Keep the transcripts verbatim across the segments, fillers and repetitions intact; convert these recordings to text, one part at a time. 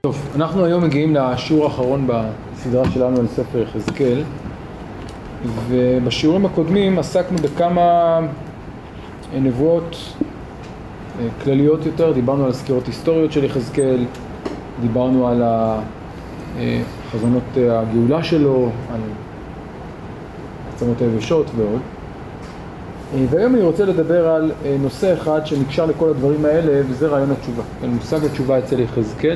טוב, אנחנו היום מגיעים לשיעור האחרון בסדרה שלנו על ספר יחזקאל, ובשיעורים הקודמים עסקנו בכמה נבואות כלליות יותר. דיברנו על הסקירות היסטוריות של יחזקאל, דיברנו על חזונות הגאולה שלו, על עצמות היבשות ועוד. והיום אני רוצה לדבר על נושא אחד שנקשר לכל הדברים האלה, וזה רעיון התשובה, מושג התשובה אצל יחזקאל.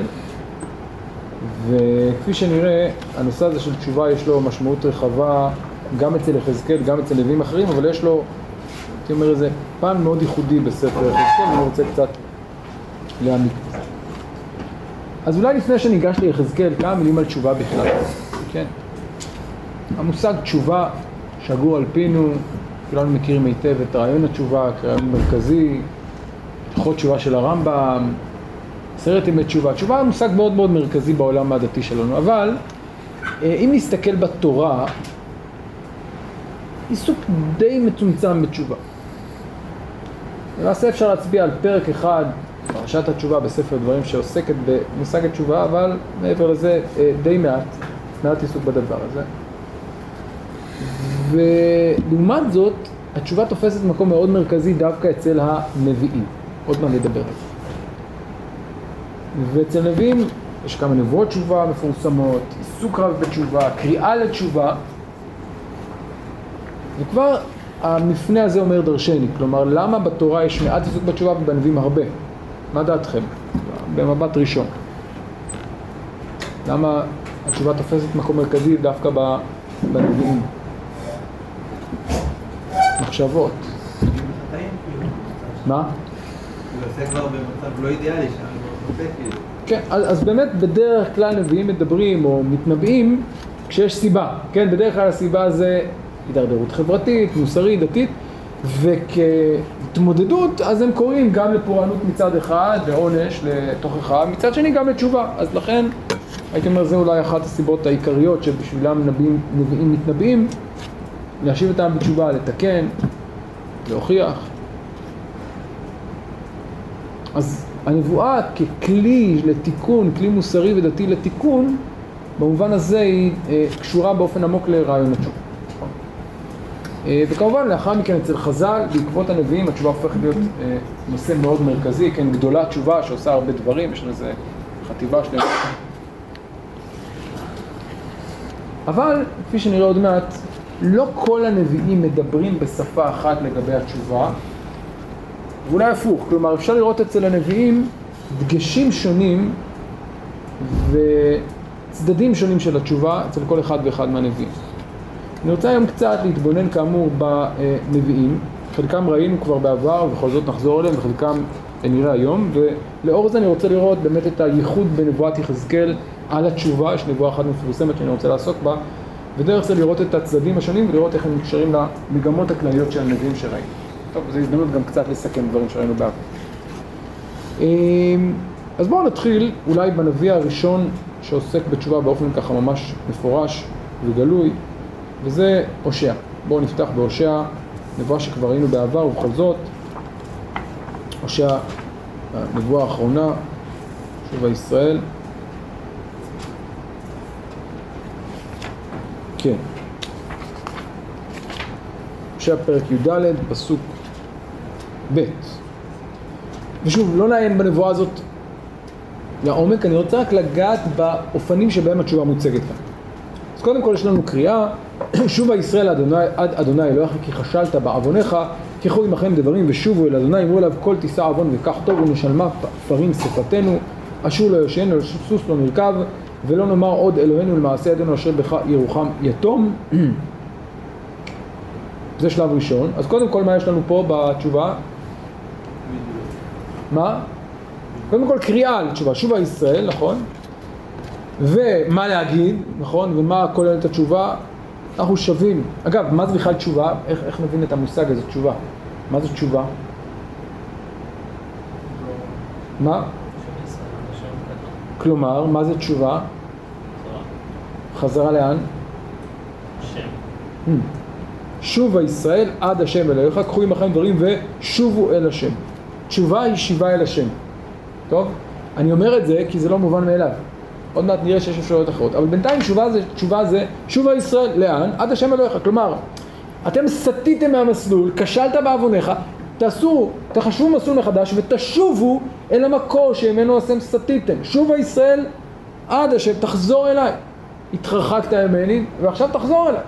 וכפי שנראה, הנושא הזה של תשובה יש לו משמעות רחבה גם אצל יחזקאל, גם אצל נביאים אחרים, אבל יש לו, הייתי אומר, איזה פן מאוד ייחודי בספר יחזקאל, אני רוצה קצת להעמיק. אז אולי לפני שניגש ליחזקאל, כמה מילים על תשובה בכלל. כן? המושג תשובה שגור על פינו, כולנו מכירים היטב את רעיון התשובה כרעיון מרכזי, הלכות תשובה של הרמב"ם, עשרת ימי תשובה. תשובה הוא מושג מאוד מאוד מרכזי בעולם הדתי שלנו, אבל אם נסתכל בתורה, עיסוק די מצומצם בתשובה. למעשה אפשר להצביע על פרק אחד, פרשת התשובה בספר דברים שעוסקת במושג התשובה, אבל מעבר לזה די מעט, מעט עיסוק בדבר הזה. ולעומת זאת, התשובה תופסת מקום מאוד מרכזי דווקא אצל הנביאים. עוד מעט נדבר על זה. ואצל נביאים יש כמה נבואות תשובה מפורסמות, עיסוק רב בתשובה, קריאה לתשובה, וכבר המפנה הזה אומר דרשני. כלומר, למה בתורה יש מעט עיסוק בתשובה ובנביאים הרבה? מה דעתכם? במבט ראשון. למה התשובה תופסת מקום מרכזי דווקא בנביאים? מחשבות. מה? הוא עושה כבר במצב לא אידיאלי שם. כן, אז, אז באמת בדרך כלל נביאים מדברים או מתנבאים כשיש סיבה. כן, בדרך כלל הסיבה זה הידרדרות חברתית, מוסרית, דתית, וכהתמודדות אז הם קוראים גם לפורענות מצד אחד, לעונש לתוכחה, מצד שני גם לתשובה. אז לכן הייתי אומר, זה אולי אחת הסיבות העיקריות שבשבילם נביאים, נביאים מתנבאים, להשיב אותם בתשובה, לתקן, להוכיח. אז הנבואה ככלי לתיקון, כלי מוסרי ודתי לתיקון, במובן הזה היא אה, קשורה באופן עמוק לרעיון התשובה. אה, וכמובן לאחר מכן אצל חז"ל, בעקבות הנביאים, התשובה הופכת להיות אה, נושא מאוד מרכזי, כן, גדולה תשובה שעושה הרבה דברים, יש לזה חטיבה שלמה. אבל כפי שנראה עוד מעט, לא כל הנביאים מדברים בשפה אחת לגבי התשובה, ואולי הפוך. כלומר, אפשר לראות אצל הנביאים דגשים שונים וצדדים שונים של התשובה אצל כל אחד ואחד מהנביאים. אני רוצה היום קצת להתבונן כאמור בנביאים, חלקם ראינו כבר בעבר ובכל זאת נחזור אליהם, וחלקם נראה היום, ולאור זה אני רוצה לראות באמת את הייחוד בנבואת יחזקאל על התשובה. יש נבואה אחת מפורסמת שאני רוצה לעסוק בה, ודרך זה לראות את הצדדים השונים ולראות איך הם נקשרים למגמות הכלליות של הנביאים שראינו. טוב, זו הזדמנות גם קצת לסכם דברים שראינו בעבר. אז בואו נתחיל אולי בנביא הראשון שעוסק בתשובה באופן ככה ממש מפורש וגלוי, וזה הושע. בואו נפתח בהושע, נבואה שכבר ראינו בעבר, ובכל זאת, הושע, הנבואה האחרונה, תשובה ישראל. כן. הושע פרק י"ד, פסוק ב'. ושוב, לא נעיין בנבואה הזאת לעומק, אני רוצה רק לגעת באופנים שבהם התשובה מוצגת כאן. אז קודם כל יש לנו קריאה, שובה ישראל אדוני, עד אדוני אלוהיך כי חשלת בעווניך, קחו עמכם דברים ושובו אל אדוני, אמרו אליו כל תישא עוון וכך טוב ונשלמה פרים שפתנו, אשור לא ישן, סוס לא נרכב, ולא נאמר עוד אלוהינו למעשה ידינו אשר בך ירוחם יתום. זה שלב ראשון. אז קודם כל מה יש לנו פה בתשובה? מה? קודם כל קריאה לתשובה, שובה ישראל, נכון? ומה להגיד, נכון? ומה כולל את התשובה? אנחנו שווים. אגב, מה זה בכלל תשובה? איך, איך נבין את המושג הזה, תשובה? מה זה תשובה? מה? כלומר, מה זה תשובה? חזרה לאן? שם. שובה ישראל עד השם אלוהיך, קחו עמכם דברים ושובו אל השם. תשובה היא שיבה אל השם. טוב? אני אומר את זה כי זה לא מובן מאליו. עוד מעט נראה שיש אפשרויות אחרות. אבל בינתיים תשובה זה, תשובה זה, שובה ישראל, לאן? עד השם אלוהיך. כלומר, אתם סטיתם מהמסלול, כשלת בעווניך, תעשו, תחשבו מסלול מחדש ותשובו אל המקור שממנו אתם סטיתם. שובה ישראל עד השם, תחזור אליי. התרחקת ממני ועכשיו תחזור אליי.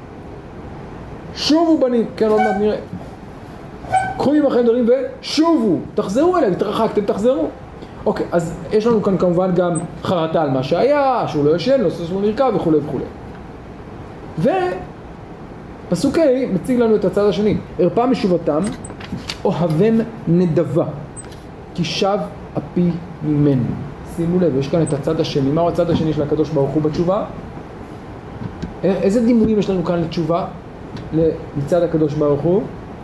שובו בנים, כן, עוד מעט נראה. קחו עמכם דברים ושובו, תחזרו אליי, התרחקתם, תחזרו. אוקיי, אז יש לנו כאן כמובן גם חרטה על מה שהיה, שהוא לא ישן, לא עושה שהוא נרקב וכו' וכו'. ופסוק ה' מציג לנו את הצד השני. הרפא משובתם, אוהבם נדבה, כי שב אפי ממנו. שימו לב, יש כאן את הצד השני. מהו הצד השני של הקדוש ברוך הוא בתשובה? איזה דימויים יש לנו כאן לתשובה? מצד הקדוש ברוך הוא?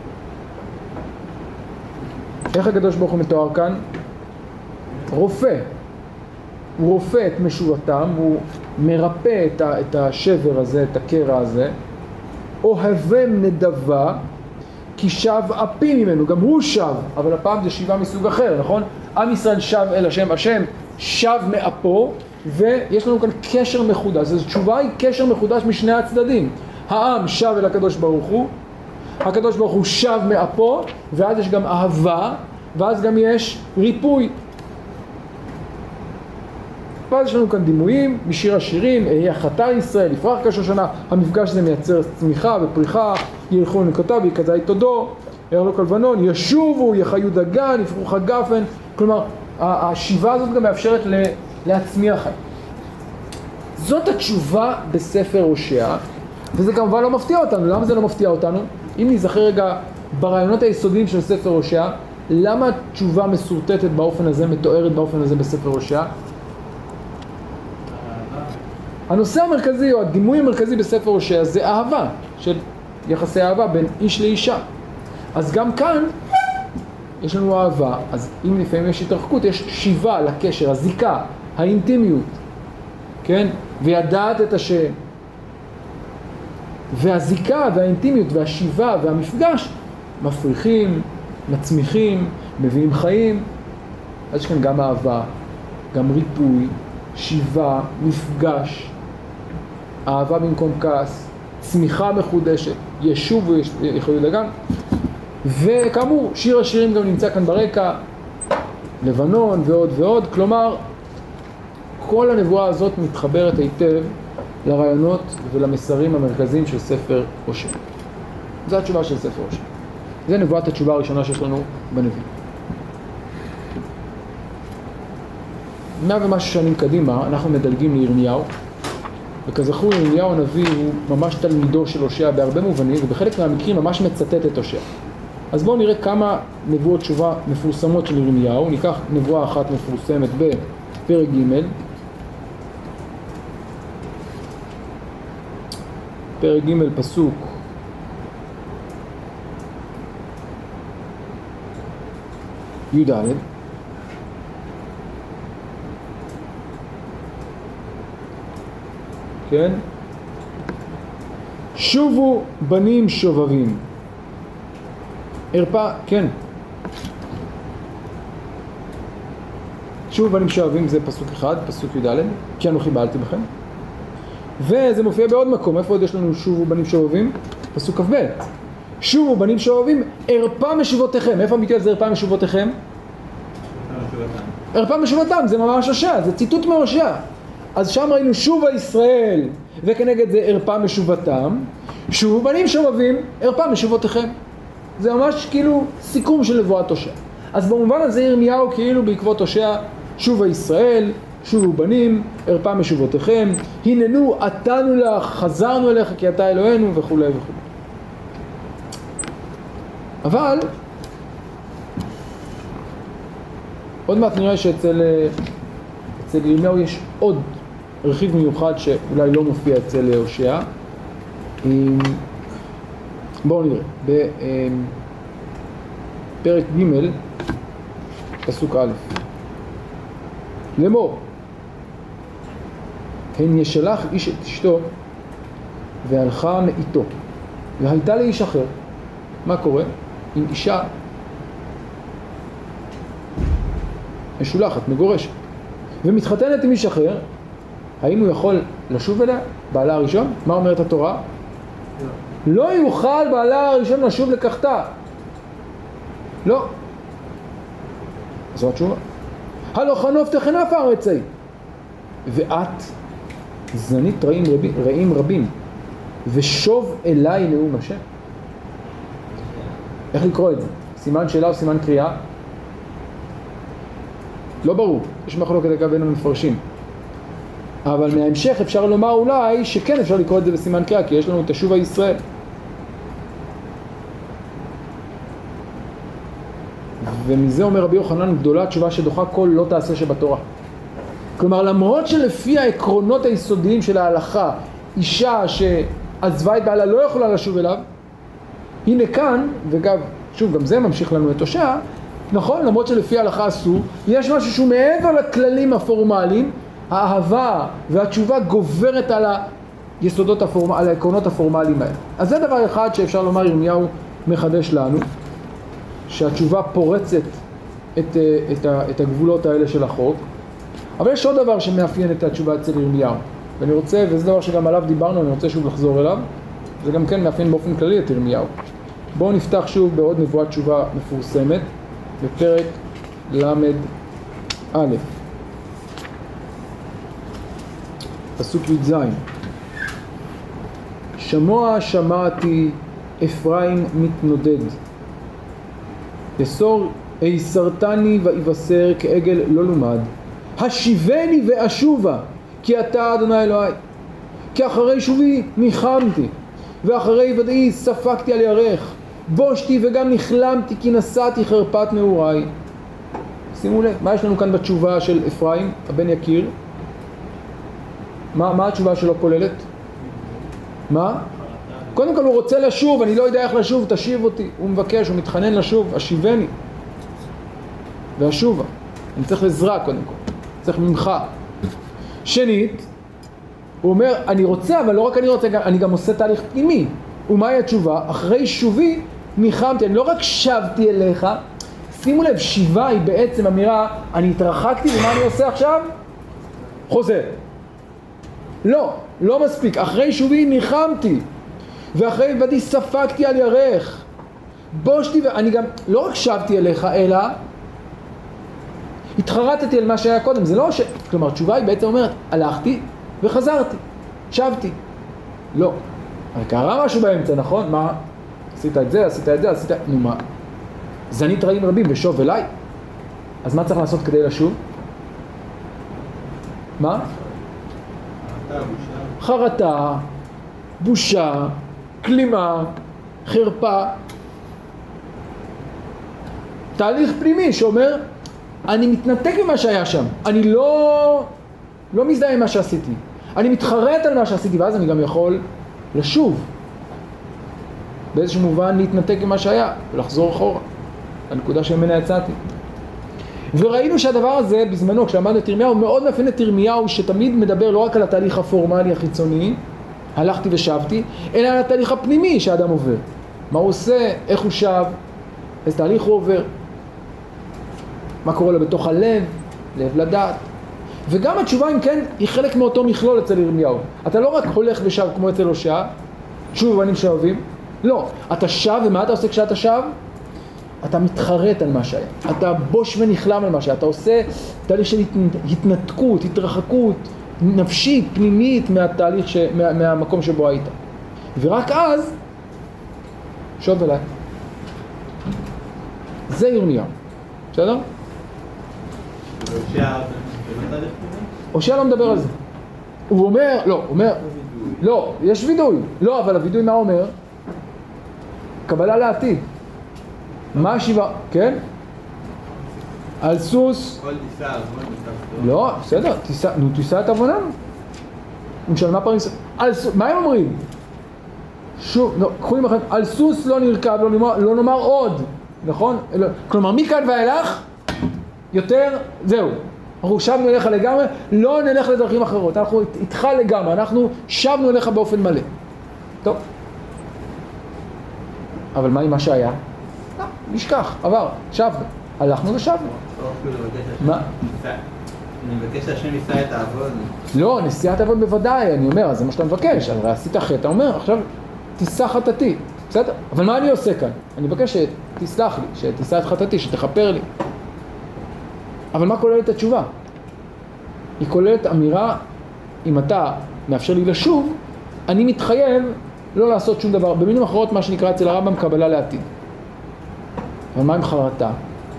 איך הקדוש ברוך הוא מתואר כאן? רופא. הוא רופא את משובתם, הוא מרפא את, ה, את השבר הזה, את הקרע הזה. אוהבם נדבה, כי שב אפי ממנו. גם הוא שב, אבל הפעם זה שיבה מסוג אחר, נכון? עם ישראל שב אל השם, השם שב מאפו, ויש לנו כאן קשר מחודש. אז התשובה היא קשר מחודש משני הצדדים. העם שב אל הקדוש ברוך הוא, הקדוש ברוך הוא שב מאפו, ואז יש גם אהבה, ואז גם יש ריפוי. ואז יש לנו כאן דימויים משיר השירים, אהיה חטא ישראל, יפרח כשושנה. המפגש הזה מייצר צמיחה ופריחה, ילכו לנקותיו, יקדע תודו, ירלו כלבנון, ישובו, יחיו דגן, יפרחו גפן. כלומר, השיבה הזאת גם מאפשרת להצמיח. זאת התשובה בספר הושע, וזה כמובן לא מפתיע אותנו. למה זה לא מפתיע אותנו? אם נזכר רגע ברעיונות היסודיים של ספר הושע, למה התשובה מסורטטת באופן הזה, מתוארת באופן הזה בספר הושע? הנושא המרכזי או הדימוי המרכזי בספר הושע זה אהבה, של יחסי אהבה בין איש לאישה. אז גם כאן יש לנו אהבה, אז אם לפעמים יש התרחקות, יש שיבה לקשר, הזיקה, האינטימיות, כן? וידעת את השם. והזיקה והאינטימיות והשיבה והמפגש מפריחים, מצמיחים, מביאים חיים. אז יש כאן גם אהבה, גם ריפוי, שיבה, מפגש, אהבה במקום כעס, צמיחה מחודשת, ישוב ויחיו דגן. וכאמור, שיר השירים גם נמצא כאן ברקע, לבנון ועוד ועוד. כלומר, כל הנבואה הזאת מתחברת היטב לרעיונות ולמסרים המרכזיים של ספר הושע. זו התשובה של ספר הושע. זה נבואת התשובה הראשונה שיש לנו בנביא. מאה ומשהו שנים קדימה, אנחנו מדלגים לירמיהו, וכזכור ירמיהו הנביא הוא ממש תלמידו של הושע בהרבה מובנים, ובחלק מהמקרים ממש מצטט את הושע. אז בואו נראה כמה נבואות תשובה מפורסמות של ירמיהו. ניקח נבואה אחת מפורסמת בפרק ג', פרק ג' פסוק י"ד. כן? שובו בנים שובבים. הרפא, כן. שובו בנים שובבים זה פסוק אחד, פסוק י"ד, כי אנוכי בעלתי בכם. וזה מופיע בעוד מקום. איפה עוד יש לנו שובו בנים שובבים? פסוק כ"ב. שובו בנים שובבים, הרפא משובותיכם. איפה מתייחס זה הרפא משובותיכם? הרפא משובתם, זה ממש הושע, זה ציטוט מהושע. אז שם ראינו שובה ישראל, וכנגד זה הרפא משובתם. שובו בנים שובבים, הרפא משובותיכם. זה ממש כאילו סיכום של נבואת הושע. אז במובן הזה ירמיהו כאילו בעקבות הושע, שובה ישראל, שובו בנים, הרפא משובותיכם, הננו עתנו לך, חזרנו אליך כי אתה אלוהינו וכו' וכו'. אבל עוד מעט נראה שאצל אצל ירמיהו יש עוד רכיב מיוחד שאולי לא מופיע אצל הושע. בואו נראה בפרק ג' פסוק א', לאמור הן ישלח איש את אשתו והלכה מאיתו והייתה לאיש אחר. מה קורה? עם אישה משולחת, מגורשת, ומתחתנת עם איש אחר, האם הוא יכול לשוב אליה? בעלה הראשון? מה אומרת התורה? לא. לא יוכל בעלה הראשון לשוב לקחתה. לא. זו התשובה. הלא חנוף תחנף הארץ ההיא. ואת זנית רעים רבים, רעים רבים ושוב אליי נאום השם. איך לקרוא את זה? סימן שאלה או סימן קריאה? לא ברור, יש מחלוקת בין המפרשים. אבל מההמשך אפשר לומר אולי שכן אפשר לקרוא את זה בסימן קריאה, כי יש לנו תשובה ישראל. ומזה אומר רבי יוחנן, גדולה תשובה שדוחה כל לא תעשה שבתורה. כלומר, למרות שלפי העקרונות היסודיים של ההלכה, אישה שעזבה את בעלה לא יכולה לשוב אליו, הנה כאן, וגם, שוב, גם זה ממשיך לנו את הושע, נכון, למרות שלפי ההלכה אסור, יש משהו שהוא מעבר לכללים הפורמליים, האהבה והתשובה גוברת על היסודות הפורמליים, על העקרונות הפורמליים האלה. אז זה דבר אחד שאפשר לומר, ירמיהו מחדש לנו, שהתשובה פורצת את, את, את הגבולות האלה של החוק. אבל יש עוד דבר שמאפיין את התשובה אצל ירמיהו, ואני רוצה, וזה דבר שגם עליו דיברנו, אני רוצה שוב לחזור אליו, זה גם כן מאפיין באופן כללי את ירמיהו. בואו נפתח שוב בעוד נבואת תשובה מפורסמת, בפרק למד א', פסוק י"ז. שמוע שמעתי אפרים מתנודד, יסור היסרתני ויבשר כעגל לא לומד, השיבני ואשובה כי אתה אדוני אלוהי, כי אחרי שובי ניחמתי ואחרי ודאי ספקתי על ירך, בושתי וגם נכלמתי כי נשאתי חרפת נעוריי. שימו לב, מה יש לנו כאן בתשובה של אפרים, הבן יקיר? מה, מה התשובה שלו כוללת? מה? קודם כל הוא רוצה לשוב, אני לא יודע איך לשוב, תשיב אותי. הוא מבקש, הוא מתחנן לשוב, השיבני והשובה. אני צריך עזרה קודם כל, צריך ממך. שנית, הוא אומר, אני רוצה, אבל לא רק אני רוצה, אני גם עושה תהליך פנימי. ומהי התשובה? אחרי שובי ניחמתי, אני לא רק שבתי אליך, שימו לב, שיבה היא בעצם אמירה, אני התרחקתי ומה אני עושה עכשיו? חוזר. לא, לא מספיק, אחרי שובי ניחמתי, ואחרי ודי ספקתי על ירך, בושתי ואני גם לא רק שבתי אליך, אלא התחרטתי על מה שהיה קודם. זה לא ש... כלומר, תשובה היא בעצם אומרת, הלכתי וחזרתי, שבתי. לא. אבל קרה משהו באמצע, נכון? מה? עשית את זה, עשית את זה, עשית... נו מה? זנית רעים רבים ושוב אליי. אז מה צריך לעשות כדי לשוב? מה? חרטה, בושה, כלימה, חרפה. תהליך פנימי שאומר, אני מתנתק ממה שהיה שם. אני לא, לא מזדהה עם מה שעשיתי. אני מתחרט על מה שעשיתי, ואז אני גם יכול לשוב. באיזשהו מובן להתנתק ממה שהיה, ולחזור אחורה. הנקודה שממנה יצאתי. וראינו שהדבר הזה בזמנו, כשלמדנו את ירמיהו, מאוד מאפיין את ירמיהו שתמיד מדבר לא רק על התהליך הפורמלי החיצוני, הלכתי ושבתי, אלא על התהליך הפנימי שהאדם עובר. מה הוא עושה, איך הוא שב, איזה תהליך הוא עובר, מה קורה לו בתוך הלב, לב לדעת. וגם התשובה, אם כן, היא חלק מאותו מכלול אצל ירמיהו. אתה לא רק הולך ושב כמו אצל הושע, שוב בנים שאוהבים, לא. אתה שב, ומה אתה עושה כשאתה שב? אתה מתחרט על מה שהיה. אתה בוש ונכלם על מה שהיה. אתה עושה תהליך של התנתקות, התרחקות, נפשית, פנימית מהתהליך, ש... מה... מהמקום שבו היית. ורק אז, שוב אליי. זה ירמיהו. בסדר? הושע לא מדבר על זה. הוא אומר, לא, הוא אומר, לא, יש וידוי. לא, אבל הוידוי מה אומר? קבלה לעתיד. מה השיבה? כן? על סוס. כל טיסה, כל טיסה. לא, בסדר, טיסה, נו, טיסה את עווננו. למשל, מה פעמים... על סוס, מה הם אומרים? שוב, לא, קחו לי מחלק, על סוס לא נרכב, לא נאמר, לא נאמר עוד, נכון? כלומר, מכאן ואילך, יותר, זהו. אנחנו שבנו אליך לגמרי, לא נלך לדרכים אחרות, אנחנו איתך לגמרי, אנחנו שבנו אליך באופן מלא. טוב. אבל מה עם מה שהיה? לא, נשכח, עבר, שבנו. הלכנו ושבנו. מה? אני מבקש שהשם יישא את העבוד. לא, נשיאת עבוד בוודאי, אני אומר, זה מה שאתה מבקש, הרי עשית חטא, אתה אומר, עכשיו תישא חטאתי, בסדר? אבל מה אני עושה כאן? אני מבקש שתסלח לי, שתישא את חטאתי, שתכפר לי. אבל מה כוללת התשובה? היא כוללת אמירה, אם אתה מאפשר לי לשוב, אני מתחייב לא לעשות שום דבר. במילים אחרות, מה שנקרא אצל הרמב"ם קבלה לעתיד. אבל מה עם חרטה?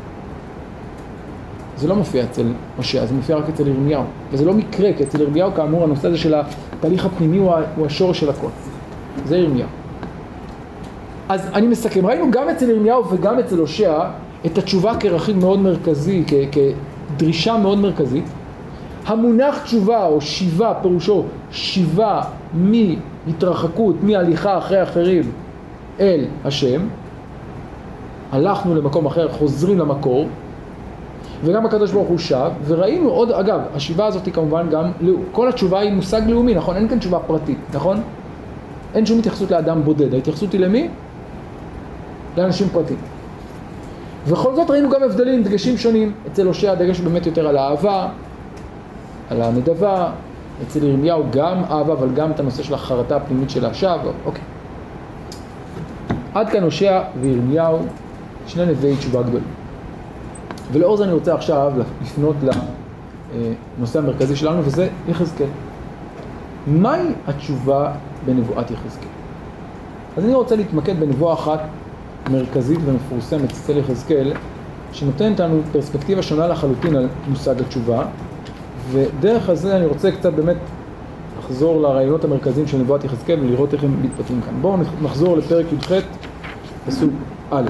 זה לא מופיע אצל משה, זה מופיע רק אצל ירמיהו. וזה לא מקרה, כי אצל ירמיהו, כאמור, הנושא הזה של התהליך הפנימי הוא השורש של הכל. זה ירמיהו. אז אני מסכם, ראינו גם אצל ירמיהו וגם אצל הושע את התשובה כרכיב מאוד מרכזי, כ- כדרישה מאוד מרכזית. המונח תשובה או שיבה, פירושו שיבה מהתרחקות, מהליכה אחרי אחרים אל השם. הלכנו למקום אחר, חוזרים למקור, וגם הקדוש ברוך הוא שב, וראינו עוד, אגב, השיבה הזאת היא כמובן גם, כל התשובה היא מושג לאומי, נכון? אין כאן תשובה פרטית, נכון? אין שום התייחסות לאדם בודד, ההתייחסות היא למי? לאנשים פרטיים. ובכל זאת ראינו גם הבדלים, דגשים שונים. אצל הושע הדגש באמת יותר על האהבה, על הנדבה, אצל ירמיהו גם אהבה, אבל גם את הנושא של החרטה הפנימית של השב, אוקיי. עד כאן הושע וירמיהו, שני נביאי תשובה גדולים. ולאור זה אני רוצה עכשיו לפנות לנושא המרכזי שלנו, וזה יחזקאל. מהי התשובה בנבואת יחזקאל? אז אני רוצה להתמקד בנבואה אחת מרכזית ומפורסמת אצל יחזקאל, שנותנת לנו פרספקטיבה שונה לחלוטין על מושג התשובה, ודרך הזה אני רוצה קצת באמת לחזור לרעיונות המרכזיים של נבואת יחזקאל ולראות איך הם מתבטאים כאן. בואו נחזור לפרק י"ח פסוק א'.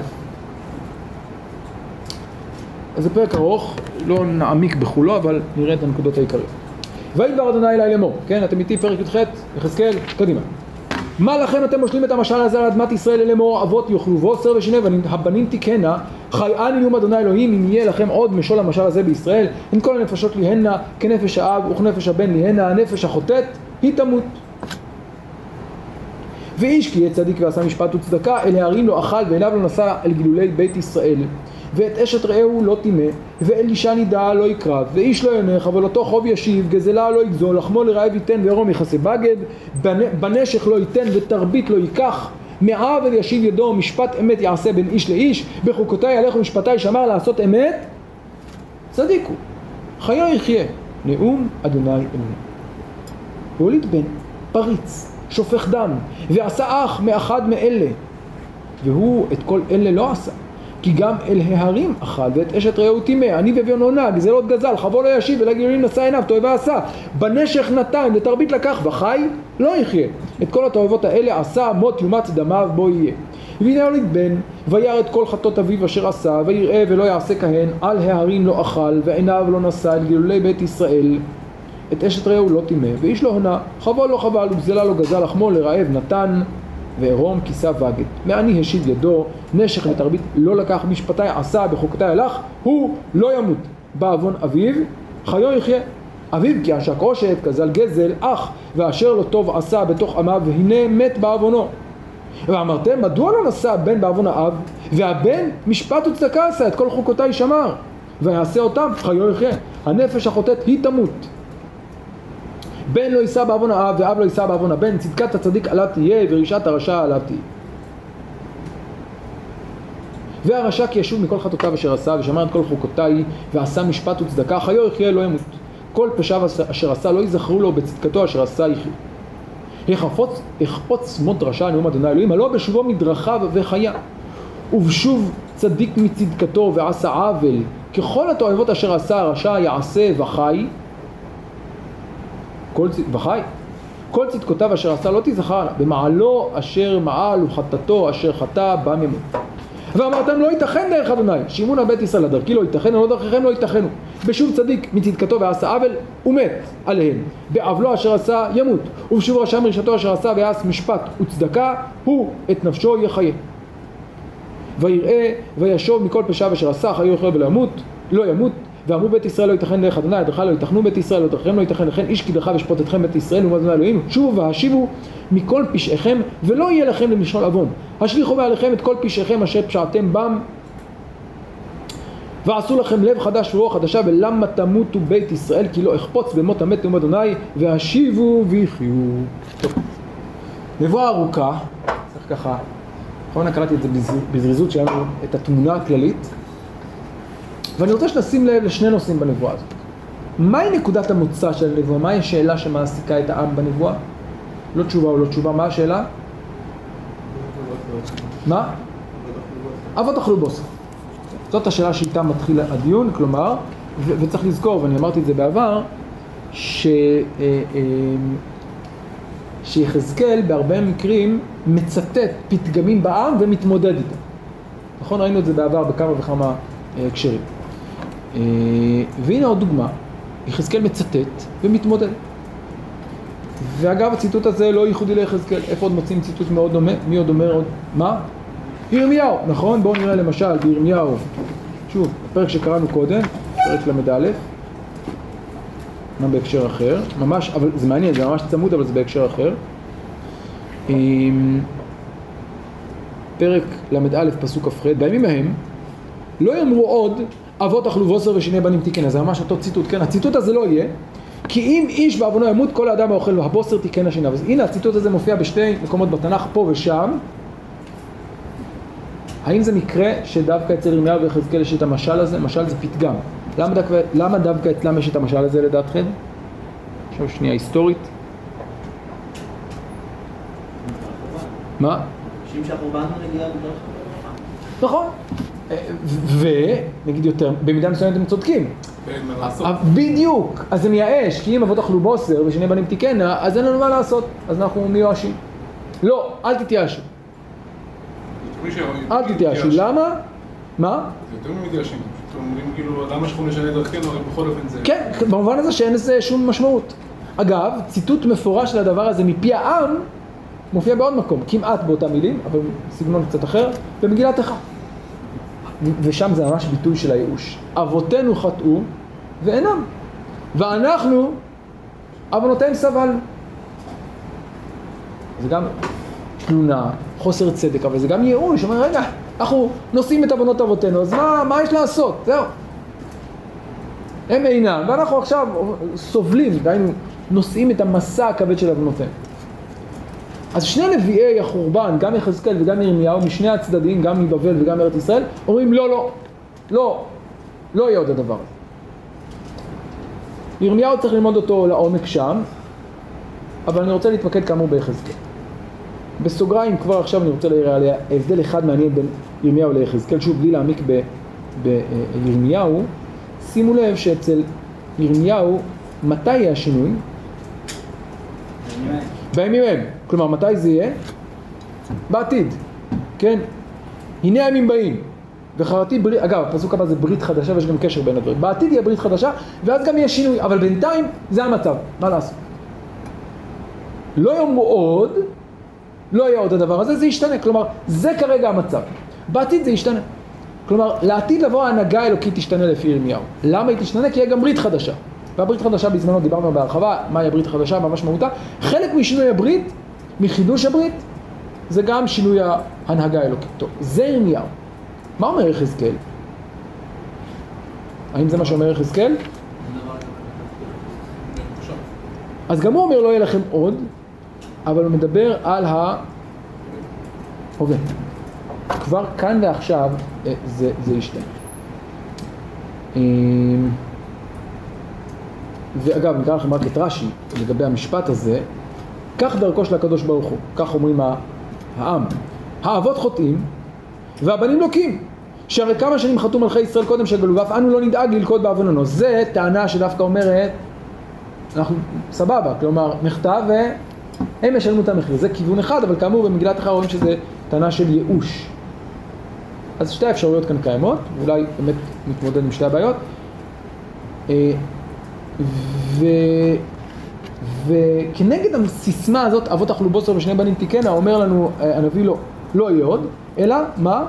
אז זה פרק ארוך, לא נעמיק בכולו, אבל נראה את הנקודות העיקריות. וידבר אדוני אלי לאמור, כן, אתם איתי פרק י"ח, יחזקאל, קדימה. מה לכם אתם מושלים את המשל הזה על אדמת ישראל לאמור, אבות יאכלו בוסר ושני הבנים תקהנה, חייאני נאום אדוני אלוהים, אם יהיה לכם עוד משול המשל הזה בישראל, הן כל הנפשות ליהנה כנפש האב וכנפש הבן ליהנה, הנפש החוטאת היא תמות. ואיש כי יהיה צדיק ועשה משפט וצדקה, אל הערים לא אכל ואליו לא נסע אל גילולי בית ישראל. ואת אשת רעהו לא טימא, ואל אישה נידה לא יקרב, ואיש לא ינך, אבל אותו חוב ישיב, גזלה לא יגזול, לחמו לרעב ייתן וערום יכסה בגד, בנשך לא ייתן ותרבית לא ייקח, מעוול ישיב ידו, משפט אמת יעשה בין איש לאיש, בחוקותיי ילך ומשפטיי שמר לעשות אמת, צדיקו, חיי יחיה, נאום אדוני אלוהים. והוליד בן, פריץ, שופך דם, ועשה אח מאחד מאלה, והוא את כל אלה לא עשה. כי גם אל ההרים אכל, ואת אשת רעהו טימא, עני ואביון לא נג, גזלות גזל, חבו לא ישיב, ולגלילים נשא עיניו, תועבה עשה, בנשך נתן, לתרבית לקח, וחי לא יחיה. את כל התועבות האלה עשה, מות יומץ דמיו בו יהיה. והנה הוליד בן, וירא את כל חטאות אביו אשר עשה, ויראה ולא יעשה כהן, על ההרים לא אכל, ועיניו לא נשא אל גילולי בית ישראל. את אשת רעהו לא טימא, ואיש לא הונה, חבו לא חבל, וגזלה לא גזל, לחמו לרעב נתן, וערום כיסה וגד. מעני השיב ידו, נשך ותרבית לא לקח, משפטי עשה, בחוקותיי הלך, הוא לא ימות. בעוון אביו, חיו יחיה. אביו כי עשק עושק, גזל גזל, אח, ואשר לא טוב עשה בתוך עמיו, והנה מת בעוונו. ואמרתם, מדוע לא נשא בן בעוון האב, והבן משפט וצדקה עשה, את כל חוקותיי שמר, ויעשה אותם, חיו יחיה. הנפש החוטאת היא תמות. בן לא יישא בעוון האב ואב לא יישא בעוון הבן, צדקת הצדיק עליו תהיה ורשעת הרשע עליו תהיה. והרשע כי ישוב מכל חטאותיו אשר עשה ושמר את כל חוקותיי ועשה משפט וצדקה, חיו יחיה לא ימות. כל פשעיו אשר עשה לא יזכרו לו, בצדקתו אשר עשה יחיה. יחפוץ, יחפוץ מות רשע נאום אדוני אלוהים, הלא בשובו מדרכיו וחיה. ובשוב צדיק מצדקתו ועשה עוול, ככל התועבות אשר עשה הרשע יעשה וחי. כל צ... וחי, כל צדקותיו אשר עשה לא תזכר, במעלו אשר מעל וחטאתו אשר חטא בם ימות. ואמרתם לא ייתכן דרך אדוני, שימון הבית ישראל לדרכי לא ייתכן, ולא דרכיכם לא ייתכנו. בשוב צדיק מצדקתו ועשה עוול ומת עליהם, בעוולו אשר עשה ימות, ובשוב רשע מרשתו אשר עשה ויעש משפט וצדקה, הוא את נפשו יחיה. ויראה וישוב מכל פשעיו אשר עשה, חיו יחיה ולא ימות, לא ימות. ואמרו בית ישראל לא ייתכן דרך אדוני, דרכיו לא ייתכנו בית ישראל, לא דרכיכם לא ייתכן, לכן איש כי דרכיו ישפוט אתכם בית ישראל נאום אדוני אלוהים, שובו והשיבו מכל פשעיכם ולא יהיה לכם למשול עוון, השליכו מעליכם את כל פשעיכם אשר פשעתם בם. ועשו לכם לב חדש ורוח חדשה, ולמה תמותו בית ישראל, כי לא אחפוץ במות המת נאום אדוני, והשיבו ויחיו. טוב, נבואה ארוכה, צריך ככה, אחרונה קראתי את זה בזריזות, שהיה לנו את התמונה הכללית, ואני רוצה שנשים לב לשני נושאים בנבואה הזאת. מהי נקודת המוצא של הנבואה? מהי השאלה שמעסיקה את העם בנבואה? לא תשובה או לא תשובה, מה השאלה? מה? אבות אכלו בוסר. זאת השאלה שאיתה מתחיל הדיון, כלומר, ו- וצריך לזכור, ואני אמרתי את זה בעבר, ש... שיחזקאל בהרבה מקרים מצטט פתגמים בעם ומתמודד איתם. נכון? ראינו את זה בעבר בכמה וכמה הקשרים. והנה עוד דוגמה, יחזקאל מצטט ומתמודד. ואגב, הציטוט הזה לא ייחודי ליחזקאל. איפה עוד מוצאים ציטוט מאוד דומה? מי עוד אומר עוד? מה? ירמיהו, נכון? בואו נראה למשל בירמיהו. שוב, הפרק שקראנו קודם, פרק למד א', מה בהקשר אחר, ממש, אבל זה מעניין, זה ממש צמוד, אבל זה בהקשר אחר. פרק למד א', פסוק כ"ח, בימים ההם לא יאמרו עוד אבות אכלו בוסר ושני בנים תיקנה. זה ממש אותו ציטוט, כן? הציטוט הזה לא יהיה, כי אם איש בעוונו ימות, כל האדם האוכל הבוסר תיקנה שיניו. אז הנה הציטוט הזה מופיע בשתי מקומות בתנ"ך, פה ושם. האם זה מקרה שדווקא אצל ירמיהו ויחזקאל יש את המשל הזה? משל זה פתגם. למה דווקא, למה דווקא אצלם יש את המשל הזה לדעתכם? עכשיו שנייה היסטורית. מה? אנשים שהחורבן נגיע בדרך כלל. נכון. ונגיד יותר, במידה מסוימת הם צודקים. בדיוק. אז זה מייאש, כי אם אבות אכלו בוסר ושני בנים תיקנה, אז אין לנו מה לעשות. אז אנחנו מיואשים. לא, אל תתייאשו. אל תתייאשו. למה? מה? זה יותר ממתייאשים. אומרים כאילו, למה שאנחנו נשנה דרכנו, הרי בכל אופן זה... כן, במובן הזה שאין לזה שום משמעות. אגב, ציטוט מפורש של הדבר הזה מפי העם, מופיע בעוד מקום, כמעט באותה מילים, אבל סגנון קצת אחר, במגילת איכה. ושם זה ממש ביטוי של הייאוש. אבותינו חטאו ואינם, ואנחנו, עוונותיהם סבלנו. זה גם תלונה, חוסר צדק, אבל זה גם ייאוש. אומר, רגע, אנחנו נושאים את עוונות אבותינו, אז מה, מה יש לעשות? זהו. הם אינם, ואנחנו עכשיו סובלים, דיינו, נושאים את המסע הכבד של עוונותיהם. אז שני נביאי החורבן, גם יחזקאל וגם ירמיהו, משני הצדדים, גם מבבל וגם מארץ ישראל, אומרים לא, לא, לא, לא יהיה עוד הדבר הזה. ירמיהו צריך ללמוד אותו לעומק שם, אבל אני רוצה להתמקד כאמור ביחזקאל. בסוגריים כבר עכשיו אני רוצה להראה עליה הבדל אחד מעניין בין ירמיהו ליחזקאל, שוב בלי להעמיק בירמיהו. שימו לב שאצל ירמיהו, מתי יהיה השינוי? בימים הם. כלומר, מתי זה יהיה? בעתיד. כן? הנה הימים באים. וחרתי ברית, אגב, הפסוק הבא זה ברית חדשה ויש גם קשר בין הדברים. בעתיד יהיה ברית חדשה ואז גם יהיה שינוי, אבל בינתיים זה המצב. מה לעשות? לא יאמרו עוד, לא יהיה עוד הדבר הזה, זה ישתנה. כלומר, זה כרגע המצב. בעתיד זה ישתנה. כלומר, לעתיד לבוא ההנהגה האלוקית תשתנה לפי ירמיהו. למה היא תשתנה? כי יהיה גם ברית חדשה. והברית חדשה בזמנו דיברנו בהרחבה, מהי הברית חדשה, מה משמעותה. חלק משינוי הברית, מחידוש הברית, זה גם שינוי ההנהגה האלוקית. טוב, זה ירמיהו. מה אומר יחזקאל? האם זה מה שאומר יחזקאל? אז גם הוא אומר לא יהיה לכם עוד, אבל הוא מדבר על ה... אוקיי. כבר כאן ועכשיו זה, זה ישתנה. ואגב, נקרא לכם רק את רש"י לגבי המשפט הזה, כך דרכו של הקדוש ברוך הוא, כך אומרים העם. האבות חוטאים והבנים לוקים, שהרי כמה שנים חטאו מלכי ישראל קודם שגלו, ואף אנו לא נדאג ללקוט בעווננו. זה טענה שדווקא אומרת, אנחנו סבבה, כלומר נכתב והם ישלמו את המחיר. זה כיוון אחד, אבל כאמור במגילת איכה רואים שזה טענה של ייאוש. אז שתי האפשרויות כאן קיימות, ואולי באמת מתמודד עם שתי הבעיות. ו... וכנגד הסיסמה הזאת, אבות אכלו בוסר ושני בנים תיקנה, אומר לנו הנביא לא, לא יהיה עוד, אלא מה?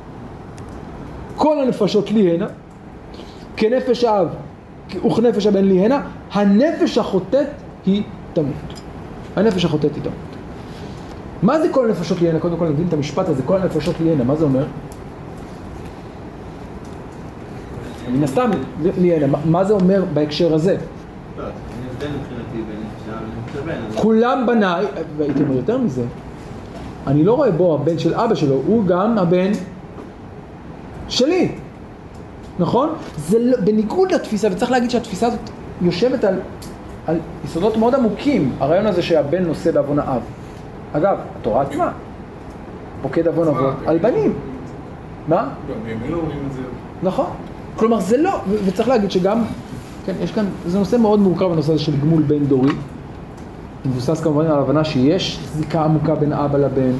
כל הנפשות לי הנה, כנפש האב וכנפש הבן לי הנה, הנפש החוטאת היא תמות. הנפש החוטאת היא תמות. מה זה כל הנפשות לי הנה? קודם כל נבין את המשפט הזה, כל הנפשות לי הנה, מה זה אומר? מן הסתם, ליאנה, מה זה אומר בהקשר הזה? לא, אין הבדל מבחינתי בין נפש האב לנפש הבן. כולם בניי, והייתי אומר יותר מזה, אני לא רואה בו הבן של אבא שלו, הוא גם הבן שלי, נכון? זה בניגוד לתפיסה, וצריך להגיד שהתפיסה הזאת יושבת על, על יסודות מאוד עמוקים, הרעיון הזה שהבן נושא בעוון האב. אגב, התורה עצמה, פוקד עוון אבות על בנים. מה? גם בימינו אומרים את זה. נכון. כלומר, זה לא, ו- וצריך להגיד שגם, כן, יש כאן, זה נושא מאוד מורכב, הנושא הזה של גמול בין דורי. מבוסס כמובן על הבנה שיש זיקה עמוקה בין אבא לבן.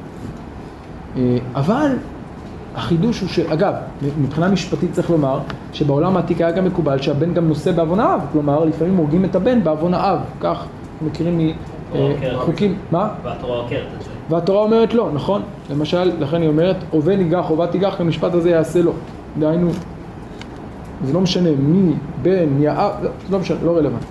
אבל החידוש הוא שאגב, מבחינה משפטית צריך לומר שבעולם העתיק היה גם מקובל שהבן גם נושא בעוון האב. כלומר, לפעמים הורגים את הבן בעוון האב. כך מכירים מחוקים. מה? והתורה עוקרת את זה. והתורה אומרת לא, נכון? למשל, לכן היא אומרת, עובד ניגח, עובד תיגח, המשפט הזה יעשה לו. דהיינו, זה לא משנה מי, בן, מי האב, זה לא משנה, לא רלוונטי.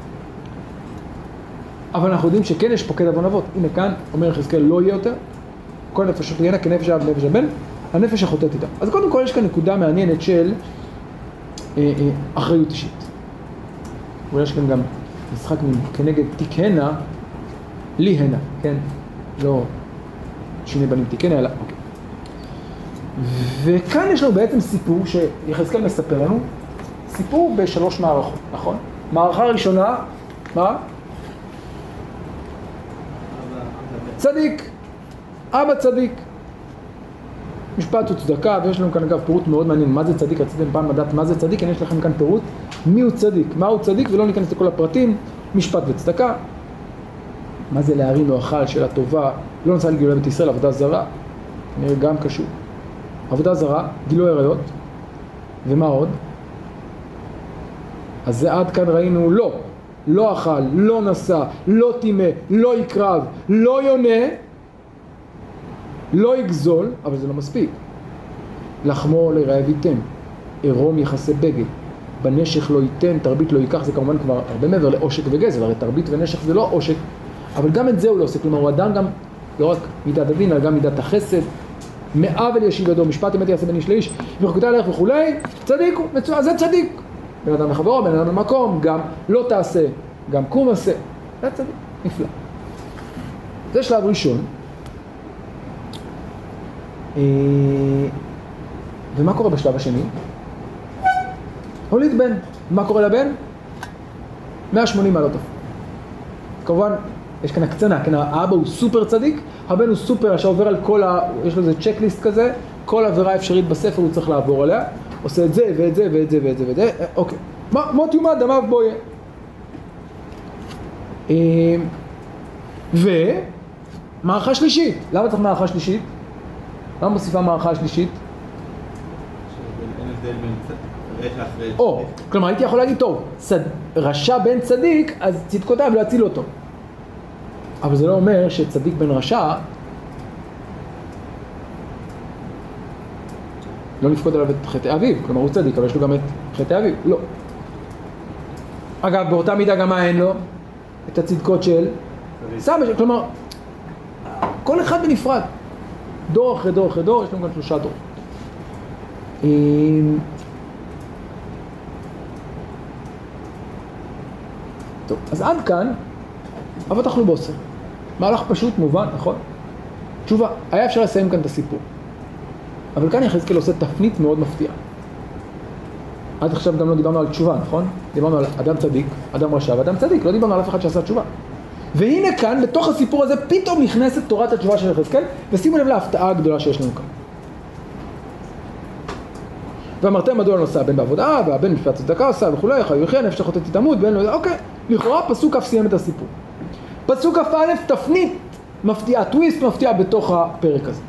אבל אנחנו יודעים שכן יש פוקד עוון אבות. הנה כאן, אומר יחזקאל, לא יהיה יותר. כל נפשות תהיינה כנפש האב ונפש הבן, הנפש החוטאת איתה. אז קודם כל יש כאן נקודה מעניינת של אה, אה, אחריות אישית. ויש כאן גם משחק כנגד תיקהנה, לי הנה, כן? לא שני בנים תיקהנה, אלא, אוקיי. וכאן יש לנו בעצם סיפור שיחזקאל מספר לנו, סיפור בשלוש מערכות, נכון? מערכה ראשונה, מה? צדיק, אבא צדיק, משפט וצדקה, ויש לנו כאן אגב פירוט מאוד מעניין, מה זה צדיק, רציתם פעם לדעת מה זה צדיק, אני יש לכם כאן פירוט, מי הוא צדיק, מה הוא צדיק, ולא ניכנס לכל הפרטים, משפט וצדקה, מה זה להרים מאכל, שאלה טובה, לא נצא לגילוי בית ישראל, עבודה זרה, נראה גם קשור, עבודה זרה, גילוי עריות, ומה עוד? אז זה עד כאן ראינו לא, לא אכל, לא נסע, לא תימה, לא יקרב, לא יונה, לא יגזול, אבל זה לא מספיק. לחמו לרעב ייתן, עירום יחסה בגד, בנשך לא ייתן, תרבית לא ייקח, זה כמובן כבר הרבה מעבר לעושק וגזל, הרי תרבית ונשך זה לא עושק, אבל גם את זה הוא לא עושה, כלומר הוא אדם גם, לא רק מידת הדין, אלא גם מידת החסד, מעוול ישיב ידו, משפט אמת יעשה בין איש לאיש, וחוקותיה לך וכולי, צדיק הוא, מצוין, זה צדיק. בן אדם לחברו, בן אדם למקום, גם לא תעשה, גם קום עשה, זה צדיק, נפלא. זה שלב ראשון. ומה קורה בשלב השני? הוליד בן. מה קורה לבן? מאה ושמונים מעלות. כמובן, יש כאן הקצנה, כן, האבא הוא סופר צדיק, הבן הוא סופר, שעובר על כל ה... יש לו איזה צ'קליסט כזה, כל עבירה אפשרית בספר הוא צריך לעבור עליה, עושה את זה ואת זה ואת זה ואת זה ואת זה, אוקיי. מות יומד, דמיו בו יהיה. ומערכה שלישית. למה צריך מערכה שלישית? למה מוסיפה מערכה שלישית? אין הבדל בין רשע אחרי... או, כלומר הייתי יכול להגיד טוב, רשע בן צדיק, אז צדקותיו לא יציל אותו. אבל זה לא אומר שצדיק בן רשע לא נפקוד עליו את חטא אביו, כלומר הוא צדיק, אבל יש לו גם את חטא אביו, לא. אגב, באותה מידה גם מה אין לו? את הצדקות של סבא, כלומר, כל אחד בנפרד, דור אחרי דור אחרי דור, יש לנו גם שלושה דור. טוב, אז עד כאן, אבל תאכלו בוסר. מהלך פשוט, מובן, נכון? תשובה, היה אפשר לסיים כאן את הסיפור. אבל כאן יחזקאל עושה תפנית מאוד מפתיעה. עד עכשיו גם לא דיברנו על תשובה, נכון? דיברנו על אדם צדיק, אדם רשע ואדם צדיק, לא דיברנו על אף אחד שעשה תשובה. והנה כאן, בתוך הסיפור הזה, פתאום נכנסת תורת התשובה של יחזקאל, ושימו לב להפתעה הגדולה שיש לנו כאן. ואמרתם מדוע לא נושא הבן בעבודה, והבן משפט צדקה עשה וכולי, חיו יחיה, נפש החוטאת תמות, בן לא... אוקיי, לכאורה פסוק אף סיים את הסיפור. פסוק אף א' תפנית מפתיעה, טוויסט מפתיע בתוך הפרק הזה.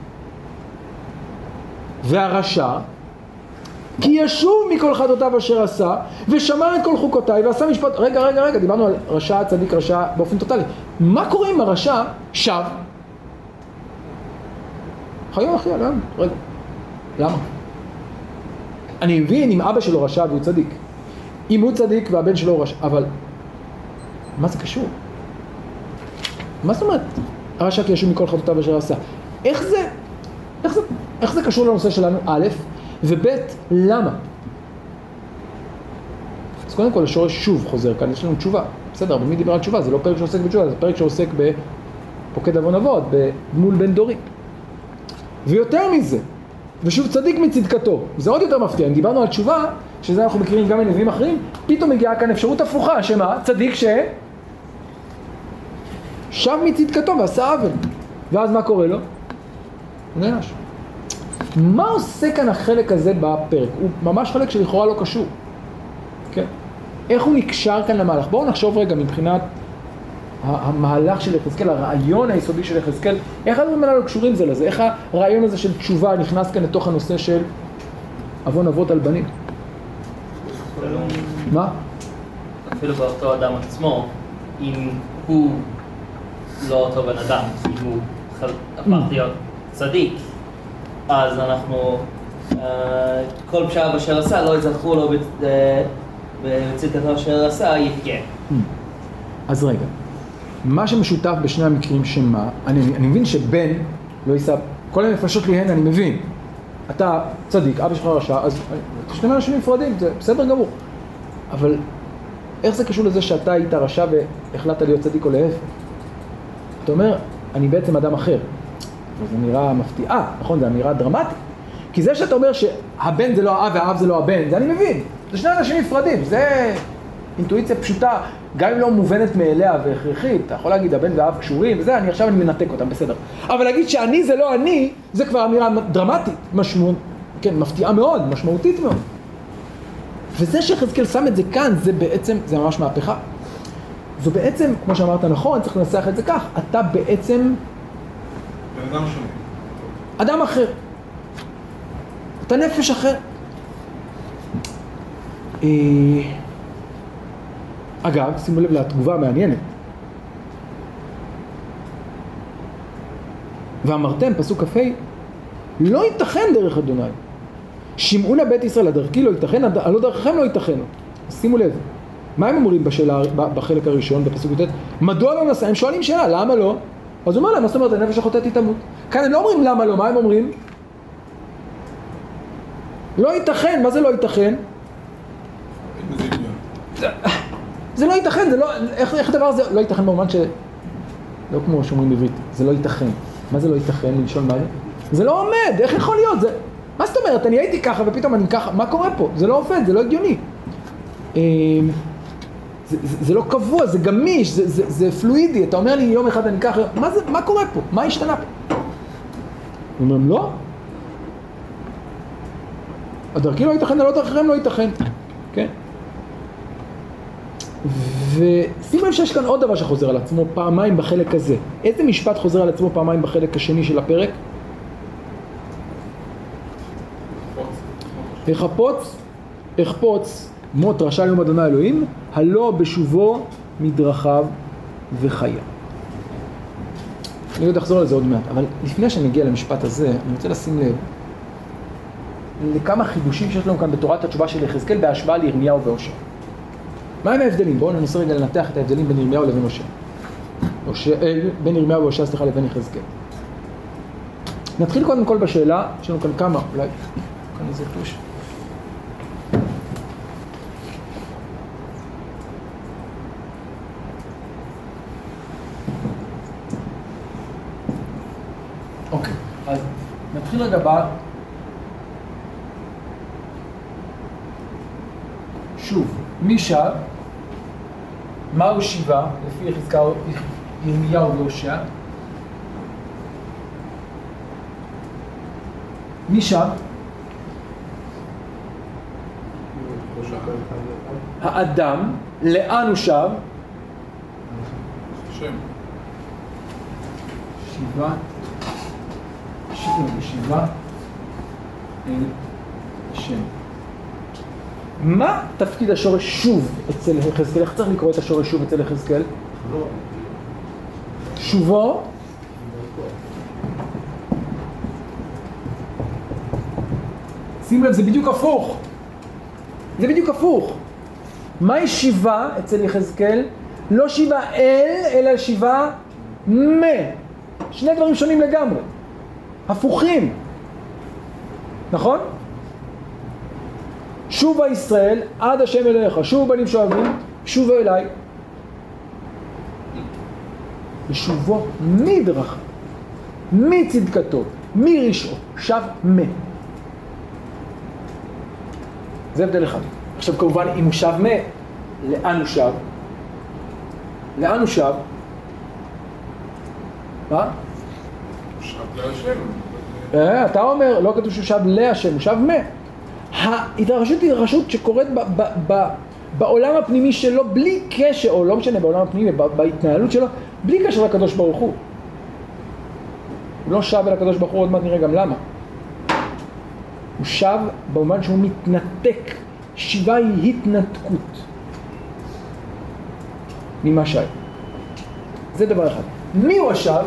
והרשע, כי ישוב מכל חטאותיו אשר עשה, ושמר את כל חוקותיי, ועשה משפט... רגע, רגע, רגע, דיברנו על רשע, צדיק, רשע באופן טוטלי. מה קורה אם הרשע שב? חיו אחיה, למה? רגע. למה? אני מבין אם אבא שלו רשע והוא צדיק. אם הוא צדיק והבן שלו רשע, אבל... מה זה קשור? מה זאת אומרת? הרשע כי ישוב מכל חטאותיו אשר עשה. איך זה... איך זה... איך זה קשור לנושא שלנו? א', וב', למה? אז קודם כל השורש שוב חוזר כאן, יש לנו תשובה. בסדר, אבל מי דיבר על תשובה? זה לא פרק שעוסק בתשובה, זה פרק שעוסק בפוקד עוון אבות, בגמול בן דורי. ויותר מזה, ושוב צדיק מצדקתו, זה עוד יותר מפתיע, אם דיברנו על תשובה, שזה אנחנו מכירים גם מנביאים אחרים, פתאום מגיעה כאן אפשרות הפוכה, שמה? צדיק ש... שב מצדקתו ועשה עוול. ואז מה קורה לו? הוא נענש. מה עושה כאן החלק הזה בפרק? הוא ממש חלק שלכאורה לא קשור. כן? איך הוא נקשר כאן למהלך? בואו נחשוב רגע מבחינת המהלך של יחזקאל, הרעיון היסודי של יחזקאל, איך הדברים הללו קשורים זה לזה? איך הרעיון הזה של תשובה נכנס כאן לתוך הנושא של עוון אבות על בנים? מה? אפילו באותו אדם עצמו, אם הוא לא אותו בן אדם, אם הוא הפך להיות צדיק, אז אנחנו, כל פשעה אשר עשה, לא יזכרו לו בצדקתו אשר עשה, יפגע. אז רגע, מה שמשותף בשני המקרים שמה, אני, אני מבין שבן לא יישא, כל הנפשות לי הן, אני מבין. אתה צדיק, אבא שלך רשע, אז שני אנשים נפרדים, זה בסדר גמור. אבל איך זה קשור לזה שאתה היית רשע והחלטת להיות צדיק או להפך? אתה אומר, אני בעצם אדם אחר. זו אמירה מפתיעה, נכון? זו אמירה דרמטית. כי זה שאתה אומר שהבן זה לא האב והאב זה לא הבן, זה אני מבין. זה שני אנשים נפרדים, זה אינטואיציה פשוטה, גם אם לא מובנת מאליה והכרחית. אתה יכול להגיד, הבן והאב קשורים, וזה, אני עכשיו אני מנתק אותם, בסדר. אבל להגיד שאני זה לא אני, זה כבר אמירה דרמטית, משמעות, כן, מפתיעה מאוד, משמעותית מאוד. וזה שיחזקאל שם את זה כאן, זה בעצם, זה ממש מהפכה. זו בעצם, כמו שאמרת נכון, צריך לנסח את זה כך, אתה בעצם... בן אדם שונה. אדם אחר. אתה נפש אחר. אגב, שימו לב לתגובה המעניינת. ואמרתם, פסוק כ"ה, לא ייתכן דרך אדוני. שמעו נא בית ישראל, הדרכי לא ייתכן, הלא דרככם לא ייתכן. שימו לב, מה הם אומרים בשאלה, בחלק הראשון, בפסוק י"ט? מדוע לא נעשה? הם שואלים שאלה, למה לא? אז הוא אומר להם, מה זאת אומרת, הנפש החוטאת היא תמות. כאן הם לא אומרים למה לא, מה הם אומרים? לא ייתכן, מה זה לא ייתכן? זה לא ייתכן, זה לא, איך, איך הדבר הזה לא ייתכן במובן ש... לא כמו שאומרים בעברית, זה לא ייתכן. מה זה לא ייתכן? ללשון מה? זה לא עומד, איך יכול להיות? זה... מה זאת אומרת? אני הייתי ככה ופתאום אני ככה, מה קורה פה? זה לא עובד, זה לא הגיוני. זה, זה, זה לא קבוע, זה גמיש, זה, זה, זה פלואידי. אתה אומר לי יום אחד אני ככה, מה זה, מה קורה פה? מה השתנה פה? הוא אומר, לא. הדרכי לא ייתכן, הלא דרככם לא ייתכן. כן? ושימו לב שיש כאן עוד דבר שחוזר על עצמו פעמיים בחלק הזה. איזה משפט חוזר על עצמו פעמיים בחלק השני של הפרק? החפוץ, החפוץ, מות רשע יום אדוני אלוהים, הלא בשובו מדרכיו וחיה. אני עוד אחזור לזה עוד מעט, אבל לפני שנגיע למשפט הזה, אני רוצה לשים לב לכמה חידושים שיש לנו כאן בתורת התשובה של יחזקאל בהשוואה לירמיהו והושע. מה הם ההבדלים? בואו ננסה רגע לנתח את ההבדלים בין ירמיהו לבין הושע. בין ירמיהו והושע, סליחה, לבין יחזקאל. נתחיל קודם כל בשאלה, יש לנו כאן כמה, אולי כאן איזה פוש. אוקיי, אז נתחיל רגע בה. שוב, מי שב? מהו שיבה, לפי יחזקאל, ירמיהו והושע? מי שב? האדם, לאן הוא שב? שם. שיבה, שיבה, שיבה, אל שם. מה תפקיד השורש שוב אצל יחזקאל? איך צריך לקרוא את השורש שוב אצל יחזקאל? שובו. שים לב, זה בדיוק הפוך. זה בדיוק הפוך. מהי שיבה אצל יחזקאל? לא שיבה אל, אלא שיבה מ. שני דברים שונים לגמרי. הפוכים. נכון? שובה ישראל עד השם אליך, שוב בנים שואבים, שובו אליי. ושובו מדרכה, מצדקתו, מרשעו, שב מה. זה הבדל אחד. עכשיו כמובן אם הוא שב מה, לאן הוא שב? לאן הוא שב? מה? שב להשם. אה, אתה אומר, לא כתוב שהוא שב להשם, הוא שב מה. ההתרחשות היא התרחשות שקורית ב- ב- ב- בעולם הפנימי שלו בלי קשר, או לא משנה, בעולם הפנימי, בהתנהלות שלו, בלי קשר לקדוש ברוך הוא. הוא לא שב אל הקדוש ברוך הוא, עוד מעט נראה גם למה. הוא שב במובן שהוא מתנתק. שיבה היא התנתקות ממה שהיה. זה דבר אחד. מי הוא השב?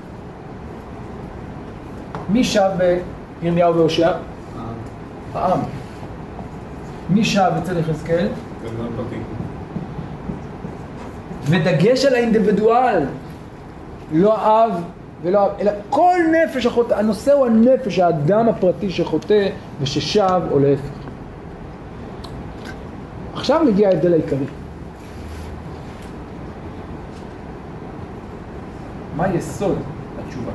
מי שב בירמיהו והושע? העם. מי שב אצל יחזקאל? ודגש על האינדיבידואל, לא האב ולא האב, אלא כל נפש החוטא. הנושא הוא הנפש, האדם הפרטי שחוטא וששב או להפך. עכשיו מגיע ההבדל העיקרי. מה יסוד התשובה?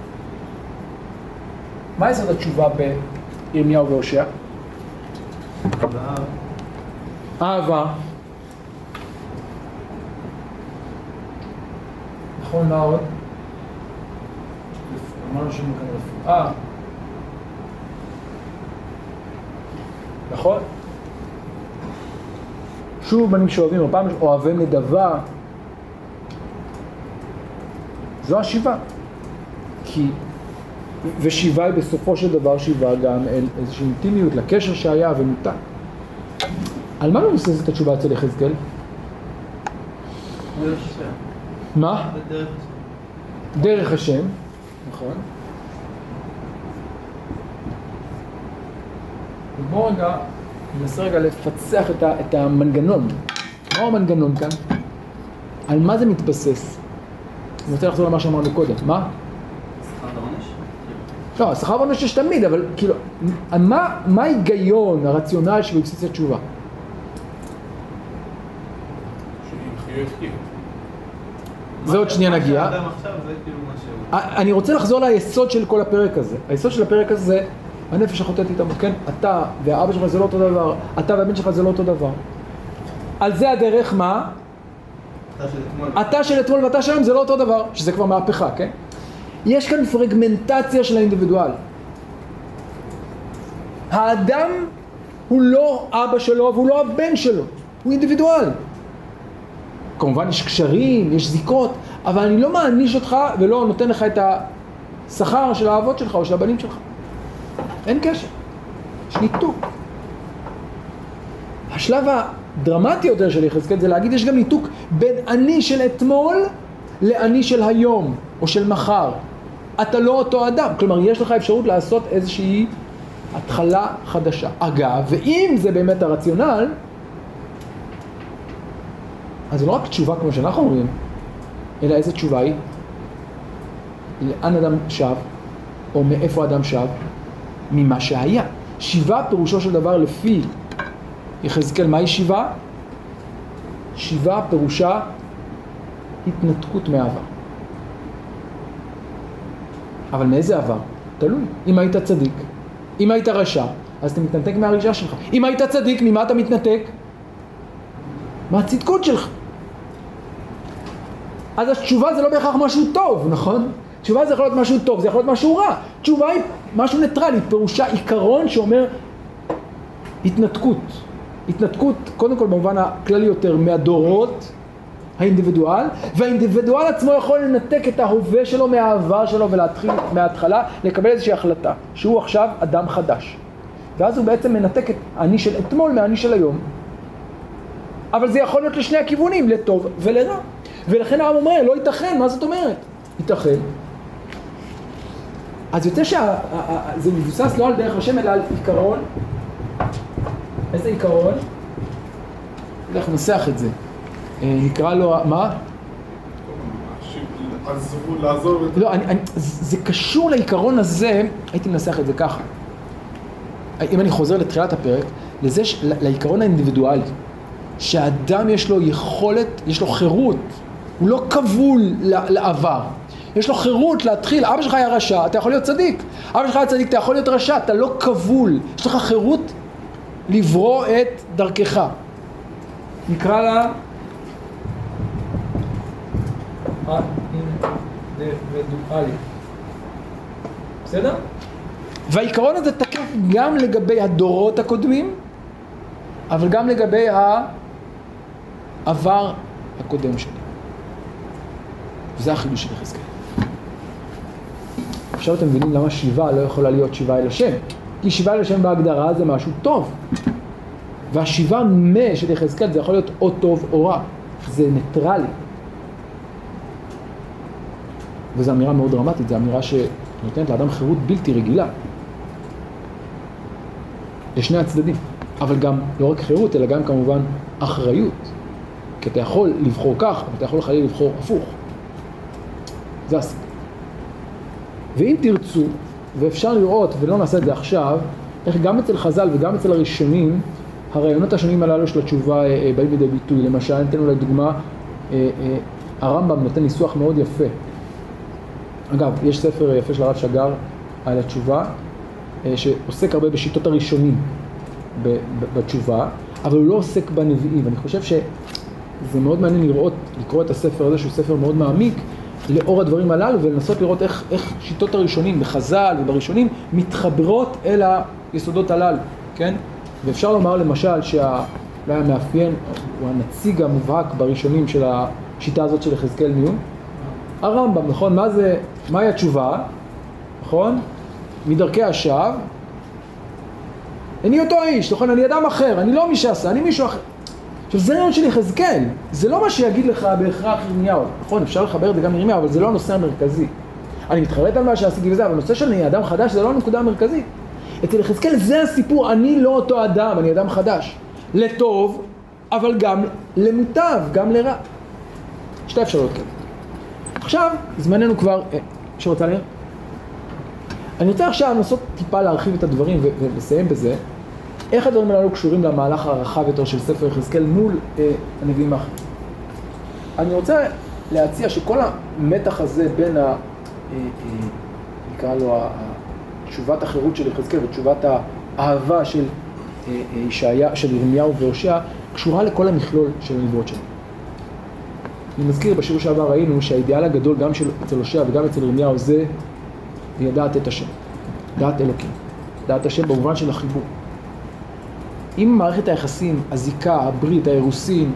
מה יסוד התשובה בירמיהו והושע? אהבה. נכון, מה עוד? אמרנו שאני כאן רפואה. נכון? שוב בנים שאוהבים, הפעם אוהבי נדבה. זו השיבה. כי, ושיבה היא בסופו של דבר שיבה גם אל איזושהי אינטימיות, לקשר שהיה ומותה. על מה מבוססת התשובה אצל יחזקאל? מה? דרך השם. נכון. ובואו רגע, ננסה רגע לפצח את, ה, את המנגנון. מהו המנגנון כאן? על מה זה מתבסס? אני רוצה לחזור למה שאמרנו קודם. מה? שכר ועונש? לא, שכר ועונש יש תמיד, אבל כאילו, מה, מה ההיגיון, הרציונל שבבסיס התשובה? שיחיה יחיה. זה עוד שנייה נגיע. מה שאדם עכשיו זה כאילו מה שהוא. אני רוצה לחזור ליסוד של כל הפרק הזה. היסוד של הפרק הזה, הנפש החוטאת איתם, כן? אתה והאבא שלך זה לא אותו דבר, אתה והבן שלך זה לא אותו דבר. על זה הדרך מה? אתה של אתמול. אתה של אתמול ואתה של היום זה לא אותו דבר, שזה כבר מהפכה, כן? יש כאן פרגמנטציה של האינדיבידואל. האדם הוא לא אבא שלו והוא לא הבן שלו, הוא אינדיבידואל. כמובן יש קשרים, יש זיקות, אבל אני לא מעניש אותך ולא נותן לך את השכר של האבות שלך או של הבנים שלך. אין קשר, יש ניתוק. השלב הדרמטי יותר של יחזקאל זה להגיד יש גם ניתוק בין אני של אתמול לאני של היום או של מחר. אתה לא אותו אדם, כלומר יש לך אפשרות לעשות איזושהי התחלה חדשה. אגב, ואם זה באמת הרציונל, אז זה לא רק תשובה כמו שאנחנו אומרים, אלא איזה תשובה היא? לאן אדם שב, או מאיפה אדם שב? ממה שהיה. שיבה פירושו של דבר לפי יחזקאל, מהי שיבה? שיבה פירושה התנתקות מעבר. אבל מאיזה עבר? תלוי. אם היית צדיק, אם היית רשע, אז אתה מתנתק מהרשע שלך. אם היית צדיק, ממה אתה מתנתק? מהצדקות שלך. אז התשובה זה לא בהכרח משהו טוב, נכון? תשובה זה יכול להיות משהו טוב, זה יכול להיות משהו רע. תשובה היא משהו ניטרלי, פירושה עיקרון שאומר התנתקות. התנתקות, קודם כל במובן הכללי יותר, מהדורות, האינדיבידואל, והאינדיבידואל עצמו יכול לנתק את ההווה שלו מהעבר שלו ולהתחיל מההתחלה, לקבל איזושהי החלטה, שהוא עכשיו אדם חדש. ואז הוא בעצם מנתק את אני של אתמול מהני של היום. אבל זה יכול להיות לשני הכיוונים, לטוב ולרע. ולכן העם אומר, לא ייתכן, מה זאת אומרת? ייתכן. אז יוצא שזה מבוסס לא על דרך השם, אלא על עיקרון. איזה עיקרון? אנחנו ננסח את זה. נקרא לו, מה? לעזור את... לא, אני, אני, זה קשור לעיקרון הזה, הייתי מנסח את זה ככה. אם אני חוזר לתחילת הפרק, לזה, לעיקרון האינדיבידואלי, שהאדם יש לו יכולת, יש לו חירות, הוא לא כבול לעבר. יש לו חירות להתחיל, אבא שלך היה רשע, אתה יכול להיות צדיק. אבא שלך היה צדיק, אתה יכול להיות רשע, אתה לא כבול. יש לך חירות לברוא את דרכך. נקרא לה האינדיבידואלי. בסדר? והעיקרון הזה תקף גם לגבי הדורות הקודמים, אבל גם לגבי העבר הקודם שלי. וזה החידוש של יחזקאל. עכשיו אתם מבינים למה שיבה לא יכולה להיות שיבה אל השם. כי שיבה אל השם בהגדרה זה משהו טוב. והשיבה מה של יחזקאל זה יכול להיות או טוב או רע. זה ניטרלי. וזו אמירה מאוד דרמטית, זו אמירה שנותנת לאדם חירות בלתי רגילה. לשני הצדדים. אבל גם לא רק חירות, אלא גם כמובן אחריות. כי אתה יכול לבחור כך, אבל אתה יכול לחליל לבחור הפוך. זה הסיפור. ואם תרצו, ואפשר לראות, ולא נעשה את זה עכשיו, איך גם אצל חז"ל וגם אצל הראשונים, הרעיונות השונים הללו של התשובה באים לידי ביטוי. למשל, נתנו לדוגמה, הרמב"ם נותן ניסוח מאוד יפה. אגב, יש ספר יפה של הרב שגר על התשובה, שעוסק הרבה בשיטות הראשונים בתשובה, אבל הוא לא עוסק בנביאים. ואני חושב שזה מאוד מעניין לראות, לקרוא את הספר הזה, שהוא ספר מאוד מעמיק, לאור הדברים הללו, ולנסות לראות איך, איך שיטות הראשונים, בחז"ל ובראשונים, מתחברות אל היסודות הללו, כן? ואפשר לומר למשל שאולי המאפיין, הוא הנציג המובהק בראשונים של השיטה הזאת של יחזקאל מיון, הרמב"ם, נכון? מה זה, מהי התשובה? נכון? מדרכי השווא, אני אותו האיש, נכון? אני אדם אחר, אני לא מי שעשה, אני מישהו אחר. עכשיו, זה רעיון של יחזקאל, זה לא מה שיגיד לך בהכרח ירמיהו, נכון? אפשר לחבר את זה גם ירמיהו, אבל זה לא הנושא המרכזי. אני מתחרט על מה שעשיתי וזה, אבל הנושא של אני אדם חדש זה לא הנקודה המרכזית. אצל יחזקאל זה הסיפור, אני לא אותו אדם, אני אדם חדש. לטוב, אבל גם למוטב, גם לרע. שתי אפשרויות כאלה. עכשיו, זמננו כבר, שרוצה לראות? אני רוצה עכשיו לנסות טיפה להרחיב את הדברים ולסיים בזה. איך הדברים הללו קשורים למהלך הרחב יותר של ספר יחזקאל מול אה, הנביאים האחרים? אני רוצה להציע שכל המתח הזה בין ה... אה, אה, נקרא לו תשובת החירות של יחזקאל ותשובת האהבה של אה, אה, ישעיה, של ירמיהו והושע, קשורה לכל המכלול של הנבואות שלנו. אני מזכיר, בשיר שעבר ראינו שהאידיאל הגדול גם של, אצל הושע וגם אצל ירמיהו זה ידעת את השם, דעת אלוקים, דעת השם במובן של החיבור. אם מערכת היחסים, הזיקה, הברית, האירוסין,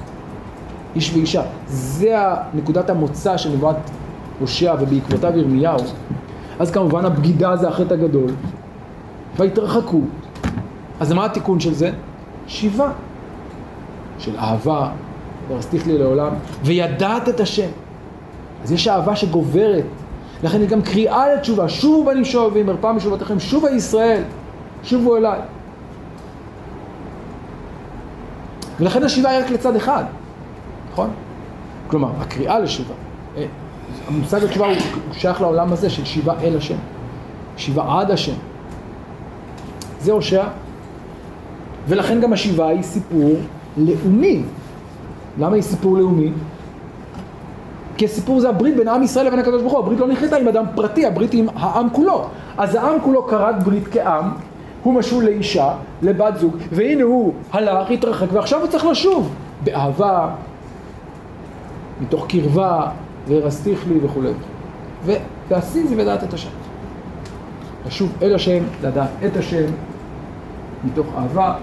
איש ואישה, זה נקודת המוצא של נבואת הושע ובעקבותיו ירמיהו, אז כמובן הבגידה זה החטא הגדול, וההתרחקות. אז מה התיקון של זה? שיבה, של אהבה, ורסתיך לי לעולם, וידעת את השם. אז יש אהבה שגוברת, לכן היא גם קריאה לתשובה, שוב אני שוב ואמר משובתכם, שוב ישראל, שובו אליי. ולכן השיבה היא רק לצד אחד, נכון? כלומר, הקריאה לשיבה, המושג התשובה הוא שייך לעולם הזה של שיבה אל השם, שיבה עד השם. זה הושע, ולכן גם השיבה היא סיפור לאומי. למה היא סיפור לאומי? כי הסיפור זה הברית בין עם ישראל לבין הקדוש ברוך הוא. הברית לא נחליטה עם אדם פרטי, הברית עם העם כולו. אז העם כולו קראת ברית כעם, הוא משול לאישה, לבת זוג, והנה הוא הלך, התרחק, ועכשיו הוא צריך לשוב באהבה, מתוך קרבה, ורסתיך לי וכו'. ועשי זה לדעת את השם. לשוב אל השם, לדעת את השם, מתוך אהבה.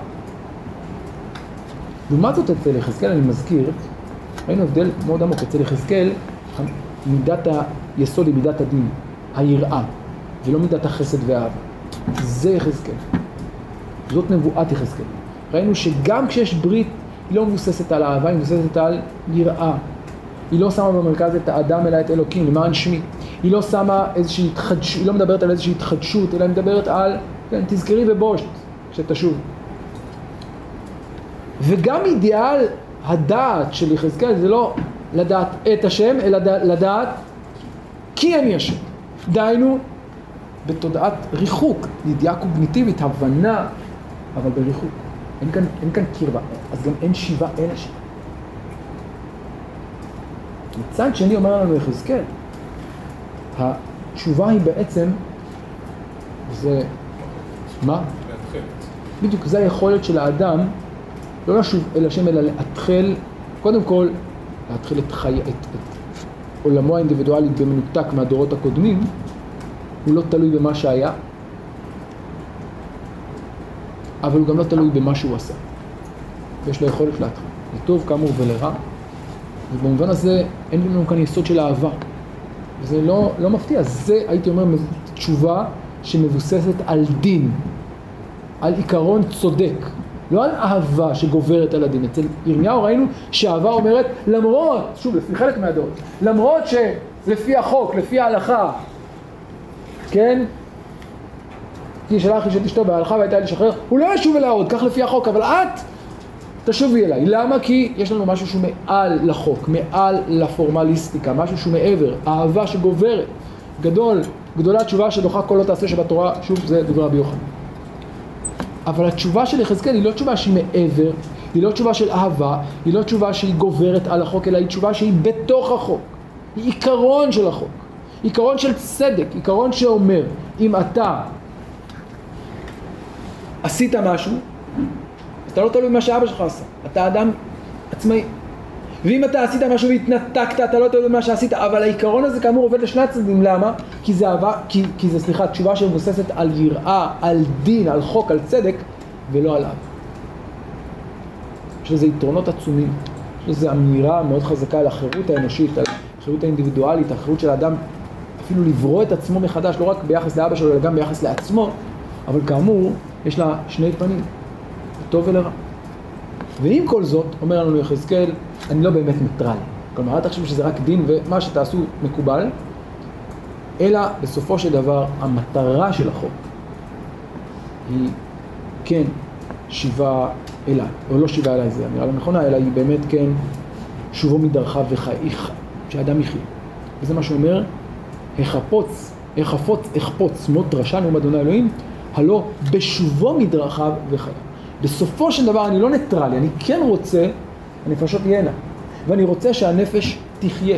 לעומת זאת אצל יחזקאל, אני מזכיר, ראינו הבדל מאוד עמוק. אצל יחזקאל, מידת היסוד היא מידת הדין, היראה, ולא מידת החסד והאהבה. זה יחזקאל. זאת נבואת יחזקאל. ראינו שגם כשיש ברית, היא לא מבוססת על אהבה, היא מבוססת על יראה. היא לא שמה במרכז את האדם אלא את אלוקים, למען שמי. היא לא שמה איזושהי התחדשות, היא לא מדברת על איזושהי התחדשות, אלא היא מדברת על, כן, תזכרי ובושת, שתשוב. וגם אידיאל הדעת של יחזקאל זה לא לדעת את השם, אלא לדעת כי אני השם. דהיינו, בתודעת ריחוק, ידיעה קוגניטיבית, הבנה, אבל בריחוק. אין כאן, אין כאן קרבה, אז גם אין שיבה, אין שיבה. מצד שני אומר לנו יחזקאל, התשובה היא בעצם, זה, מה? בדיוק, זה היכולת של האדם, לא לשוב אל השם, אלא להתחיל, קודם כל, להתחיל את, חי... את, את עולמו האינדיבידואלי במנותק מהדורות הקודמים, הוא לא תלוי במה שהיה, אבל הוא גם לא תלוי במה שהוא עשה. יש לו יכולת להתחיל, לטוב כאמור ולרע, ובמובן הזה אין לנו כאן יסוד של אהבה. וזה לא, לא מפתיע, זה הייתי אומר תשובה שמבוססת על דין, על עיקרון צודק, לא על אהבה שגוברת על הדין. אצל ירמיהו ראינו שאהבה אומרת למרות, שוב לפי חלק מהדעות, למרות שלפי החוק, לפי ההלכה, כן? כי שלח איש את אשתו בהלכה והייתה לשחרר, הוא לא ישוב אליה עוד, כך לפי החוק, אבל את תשובי אליי. למה? כי יש לנו משהו שהוא מעל לחוק, מעל לפורמליסטיקה, משהו שהוא מעבר, אהבה שגוברת. גדול, גדולה תשובה שדוחה כל לא תעשה שבתורה, שוב זה דברי רבי יוחנן. אבל התשובה של יחזקאל היא לא תשובה שהיא מעבר, היא לא תשובה של אהבה, היא לא תשובה שהיא גוברת על החוק, אלא היא תשובה שהיא בתוך החוק. היא עיקרון של החוק, עיקרון של צדק, עיקרון שאומר, אם אתה עשית משהו, אתה לא תלוי במה שאבא שלך עשה, אתה אדם עצמאי. ואם אתה עשית משהו והתנתקת, אתה לא תלוי במה שעשית, אבל העיקרון הזה כאמור עובד לשני הצדדים. למה? כי זה אהבה, כי, כי זה סליחה, תשובה שמבוססת על יראה, על דין, על חוק, על צדק, ולא על אהבה. יש לזה יתרונות עצומים, יש לזה אמירה מאוד חזקה על החירות האנושית, על החירות האינדיבידואלית, החירות של האדם אפילו לברוא את עצמו מחדש, לא רק ביחס לאבא שלו, אלא גם ביחס לעצמו, אבל כאמור, יש לה שני פנים, לטוב ולרע. ועם כל זאת, אומר לנו יחזקאל, אני לא באמת ניטרלי. כלומר, אל תחשבו שזה רק דין ומה שתעשו מקובל, אלא בסופו של דבר, המטרה של החוק היא כן שיבה אליי, או לא שיבה אליי, זה אמירה לא נכונה, אלא היא באמת כן שובו מדרכיו וחייך, שאדם יחיה. וזה מה שאומר, החפוץ, החפוץ, החפוץ, מות רשע נאום אדוני אלוהים, הלא בשובו מדרכיו וחייו. בסופו של דבר אני לא ניטרלי, אני כן רוצה, הנפשות תהיינה, ואני רוצה שהנפש תחיה.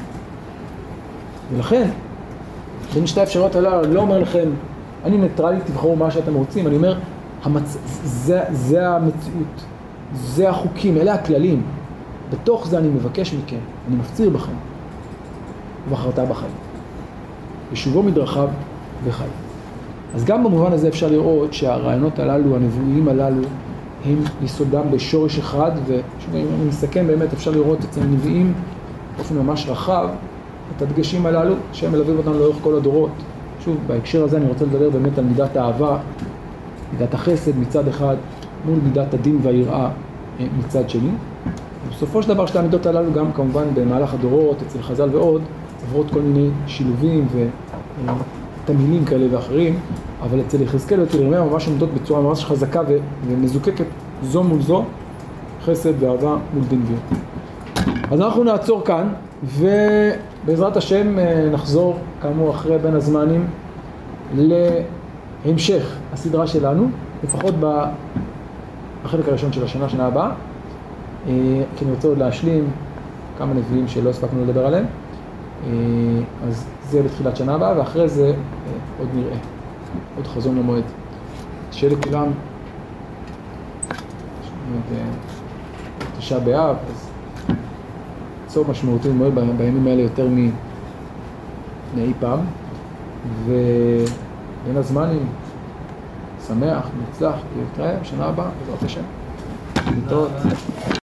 ולכן, בין שתי האפשרויות הללו, אני לא אומר לכם, אני ניטרלי, תבחרו מה שאתם רוצים, אני אומר, המצ... זה, זה המציאות, זה החוקים, אלה הכללים. בתוך זה אני מבקש מכם, אני מפציר בכם, ובחרת בחיים. בשובו מדרכיו וחי. אז גם במובן הזה אפשר לראות שהרעיונות הללו, הנבואים הללו, הם יסודם בשורש אחד, ואני מסכם באמת, אפשר לראות אצל הנביאים באופן ממש רחב, את הדגשים הללו שהם מלווים אותנו לאורך כל הדורות. שוב, בהקשר הזה אני רוצה לדבר באמת על מידת האהבה, מידת החסד מצד אחד, מול מידת הדין והיראה מצד שני. בסופו של דבר שתי המידות הללו גם כמובן במהלך הדורות, אצל חז"ל ועוד, עברות כל מיני שילובים ותמילים כאלה ואחרים, אבל אצל יחזקאל ואצל ירמיה ממש עומדות בצורה ממש חזקה ומזוקקת זו מול זו, חסד ואהבה מול דין ויר. אז אנחנו נעצור כאן, ובעזרת השם נחזור כאמור אחרי בין הזמנים להמשך הסדרה שלנו, לפחות בחלק הראשון של השנה, שנה הבאה, כי אני רוצה עוד להשלים כמה נביאים שלא הספקנו לדבר עליהם. אז זה בתחילת שנה הבאה, ואחרי זה עוד נראה, עוד חזון למועד. שיהיה לכולם תשעה באב, אז צור משמעותי מאוד בימים האלה יותר מאי פעם, ובין הזמנים שמח, מוצלח, להתראה בשנה הבאה, בעזרת השם. להתראות.